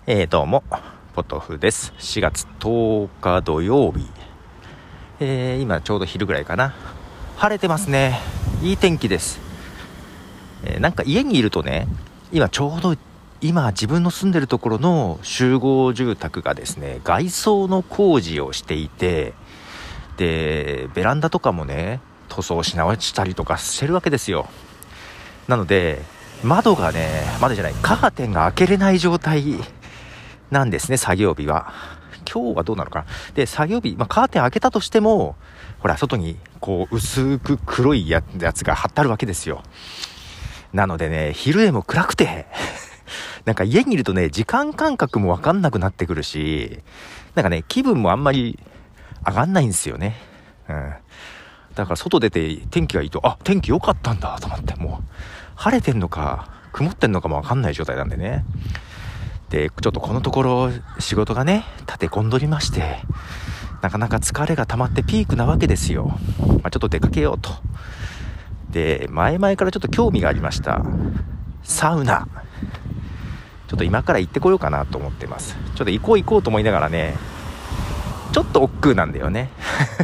どうもポトフです。4月10日土曜日、今ちょうど昼ぐらいかな。晴れてますね。いい天気です。なんか家にいるとね、ちょうど自分の住んでるところの集合住宅がですね、外装の工事をしていて、でベランダとかもね塗装し直したりとかしてるわけですよ。なので窓じゃないカーテンが開けれない状態なんですね、作業日は。今日はどうなのかな。で作業日、カーテン開けたとしてもほら外にこう薄く黒いやつが貼ってあるわけですよ。なのでね、昼でも暗くてなんか家にいるとね、時間感覚も分かんなくなってくるし、なんかね、気分もあんまり上がんないんですよね。だから外出て天気がいいと、天気良かったんだと思って、もう晴れてんのか曇ってんのかも分かんない状態なんでね。でちょっとこのところ仕事がね立て込んどりまして、なかなか疲れが溜まってピークなわけですよ。ちょっと出かけようと。で前々からちょっと興味がありましたサウナ。ちょっと今から行ってこようかなと思ってます。ちょっと行こうと思いながらね、ちょっと億劫なんだよね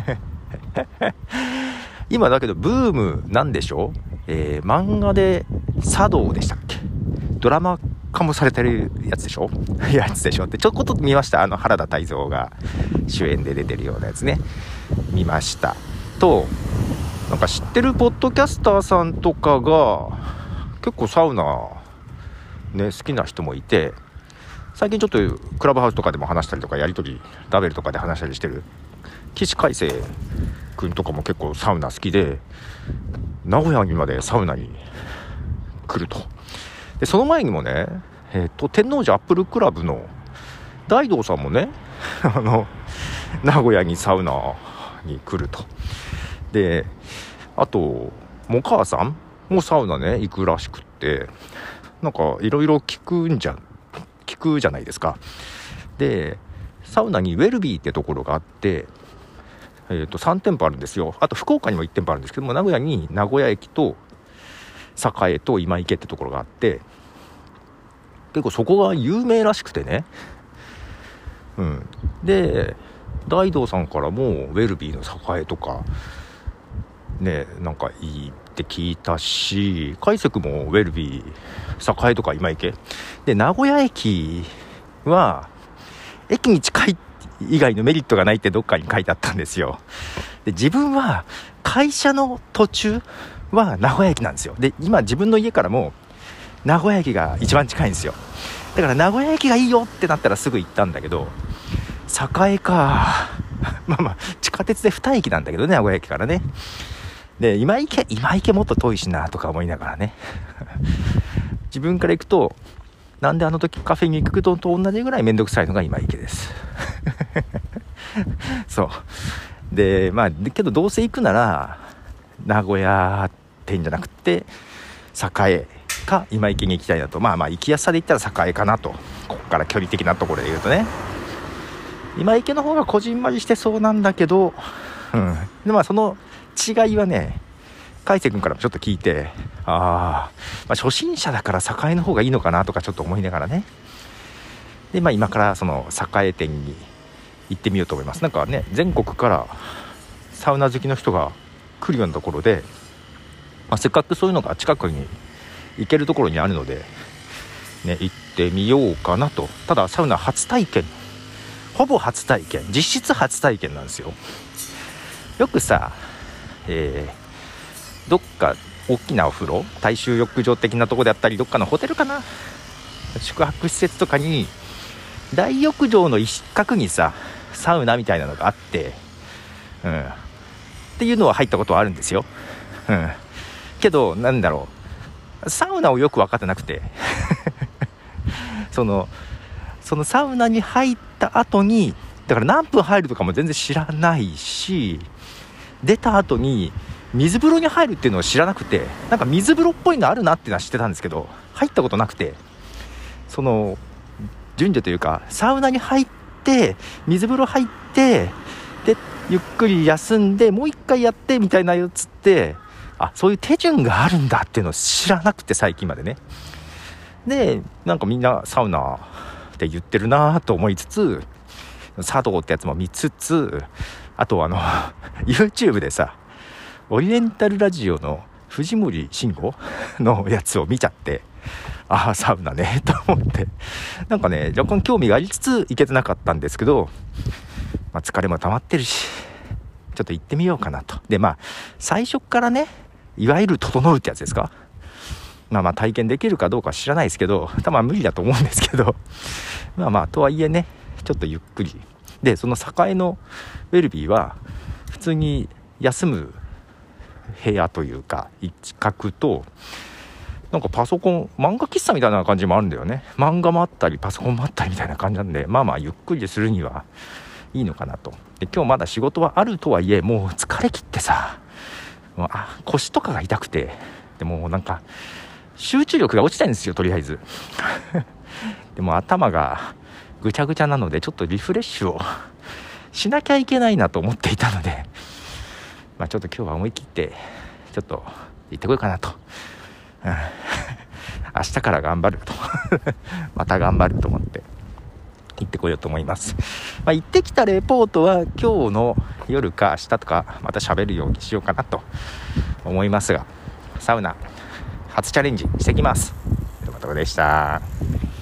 今だけどブームなんでしょ。漫画で茶道でしたっけ、ドラマ化もされてるやつでしょってちょこっと見ました。原田泰造が主演で出てるようなやつね、見ましたと。なんか知ってるポッドキャスターさんとかが結構サウナね好きな人もいて、最近ちょっとクラブハウスとかでも話したりとか、やりとりラベルとかで話したりしてる岸海生くんとかも結構サウナ好きで、名古屋にまでサウナに来ると。でその前にもね、天王寺アップルクラブの大道さんもね名古屋にサウナに来ると。であとモカーさんもサウナね行くらしくって、なんかいろいろ聞くじゃないですか。でサウナにウェルビーってところがあって、3店舗あるんですよ。あと福岡にも1店舗あるんですけども、名古屋に名古屋駅と栄と今池ってところがあって、結構そこが有名らしくてね。で大道さんからもウェルビーの栄とかね、なんかいいって聞いたし、海瀬もウェルビー栄とか今池で、名古屋駅は駅に近い以外のメリットがないってどっかに書いてあったんですよ。で自分は会社の途中は名古屋駅なんですよ。で今自分の家からも名古屋駅が一番近いんですよ。だから名古屋駅がいいよってなったらすぐ行ったんだけど、栄か地下鉄で2駅なんだけどね、名古屋駅からね。で今池もっと遠いしなとか思いながらね自分から行くと、なんであの時カフェに行くと同じぐらいめんどくさいのが今池ですそうでけどどうせ行くなら名古屋店じゃなくて栄か今池に行きたいなと。行きやすさで言ったら栄かなと。ここから距離的なところで言うとね、今池の方がこじんまりしてそうなんだけど、でその違いはね、海瀬君からもちょっと聞いて、初心者だから栄の方がいいのかなとかちょっと思いながらね。で今からその栄店に行ってみようと思います。なんかね、全国からサウナ好きの人が来るようなところで、せっかくそういうのが近くに行けるところにあるので、ね、行ってみようかなと。ただサウナ初体験、ほぼ初体験、実質初体験なんですよ。よくさ、どっか大きなお風呂、大衆浴場的なとこであったり、どっかのホテルかな、宿泊施設とかに大浴場の一角にさサウナみたいなのがあって、っていうのは入ったことはあるんですよ。けどサウナをよく分かってなくてそのサウナに入った後に、だから何分入るとかも全然知らないし、出た後に水風呂に入るっていうのを知らなくて、なんか水風呂っぽいのあるなっていうのは知ってたんですけど、入ったことなくて、その順序というか、サウナに入って水風呂入ってでゆっくり休んでもう一回やってみたいなやつって、そういう手順があるんだっていうのを知らなくて、最近までね。でなんかみんなサウナって言ってるなと思いつつ、茶道ってやつも見つつ、あとYouTube でさ、オリエンタルラジオの藤森慎吾のやつを見ちゃって、ああサウナねと思って、なんかね若干興味がありつつ行けてなかったんですけど、疲れも溜まってるしちょっと行ってみようかなと。で最初からね、いわゆる整うってやつですか、体験できるかどうか知らないですけど、多分無理だと思うんですけどとはいえね、ちょっとゆっくりで、その栄のウェルビーは普通に休む部屋というか一角と、なんかパソコン、漫画喫茶みたいな感じもあるんだよね。漫画もあったりパソコンもあったりみたいな感じなんで、ゆっくりするにはいいのかなと。で今日まだ仕事はあるとはいえ、もう疲れ切ってさ、腰とかが痛くて、でもなんか集中力が落ちたいんですよ、とりあえずでも頭がぐちゃぐちゃなので、ちょっとリフレッシュをしなきゃいけないなと思っていたので、ちょっと今日は思い切ってちょっと行ってこようかなと、明日から頑張るとまた頑張ると思って行ってこようと思います。行ってきたレポートは今日の夜か明日とかまた喋るようにしようかなと思いますが、サウナ初チャレンジしてきますということでした。